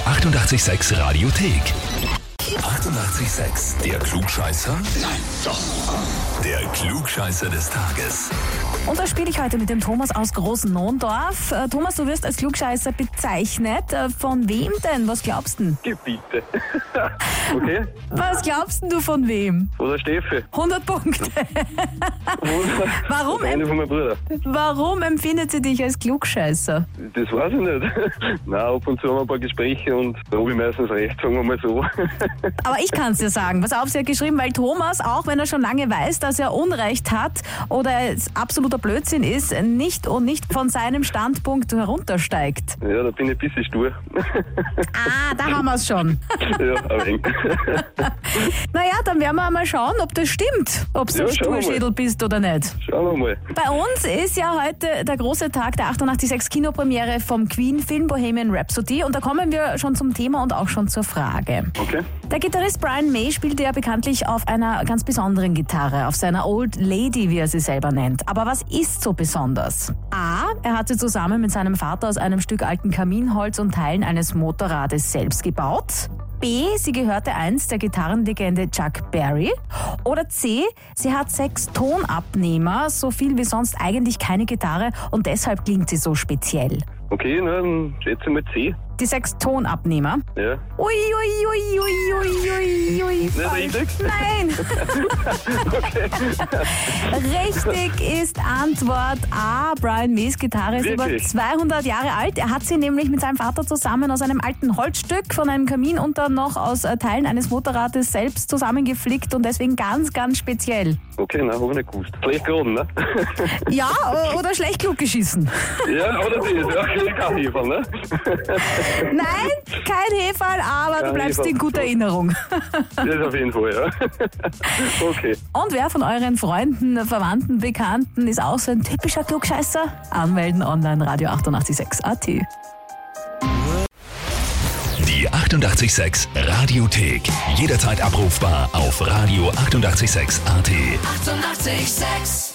886 Radiothek. 88,6. Der Klugscheißer? Nein, doch. Der Klugscheißer des Tages. Und da spiele ich heute mit dem Thomas aus Großnondorf. Thomas, du wirst als Klugscheißer bezeichnet. Von wem denn? Was glaubst du? Gebiete. Okay. Was glaubst du von wem? Oder Steffi. 100 Punkte. Warum, Eine von meinen Brüdern. warum empfindet sie dich als Klugscheißer? Das weiß ich nicht. Nein, ab und zu haben wir ein paar Gespräche und da habe ich meistens recht, sagen wir mal so. Aber ich kann es dir sagen. Pass auf, sie hat geschrieben, weil Thomas, auch wenn er schon lange weiß, dass er Unrecht hat oder es absoluter Blödsinn ist, nicht von seinem Standpunkt heruntersteigt. Ja, da bin ich ein bisschen stur. Ah, da haben wir es schon. Ja, ein wenig. Naja, dann werden wir mal schauen, ob das stimmt. Ob du Ja, ein schauen wir mal. Sturschädel bist oder nicht. Schauen wir mal. Bei uns ist ja heute der große Tag der 88.6 Kinopremiere vom Queen-Film Bohemian Rhapsody und da kommen wir schon zum Thema und auch schon zur Frage. Okay. Der Gitarrist Brian May spielte ja bekanntlich auf einer ganz besonderen Gitarre, auf seiner Old Lady, wie er sie selber nennt. Aber was ist so besonders? A. Er hat sie zusammen mit seinem Vater aus einem Stück alten Kaminholz und Teilen eines Motorrades selbst gebaut. B. Sie gehörte einst der Gitarrenlegende Chuck Berry. Oder C. Sie hat 6 Tonabnehmer, so viel wie sonst eigentlich keine Gitarre und deshalb klingt sie so speziell. Okay, na, dann schätze ich mal C. Die 6 Tonabnehmer. Ja. Ui, ui, ui, ui, ui, ui, ui. Falsch. richtig? Nein. Richtig ist Antwort A. Brian Mays Gitarre ist über Wirklich? 200 Jahre alt. Er hat sie nämlich mit seinem Vater zusammen aus einem alten Holzstück von einem Kamin und dann noch aus Teilen eines Motorrades selbst zusammengeflickt und deswegen ganz, ganz speziell. Okay, na, habe ich nicht gewusst. Schlecht geraten, ne? Ja, oder schlecht klug geschissen. Ja, oder das. Ja, okay, kein Heferl, ne? Nein, kein Heferl, aber du Kein bleibst Heferl. in guter Erinnerung. Das auf jeden Fall, ja. Okay. Und wer von euren Freunden, Verwandten, Bekannten ist auch so ein typischer Klugscheißer? Anmelden online Radio 886 AT. Die 88,6 Radiothek. Jederzeit abrufbar auf Radio 88,6 AT. 88,6.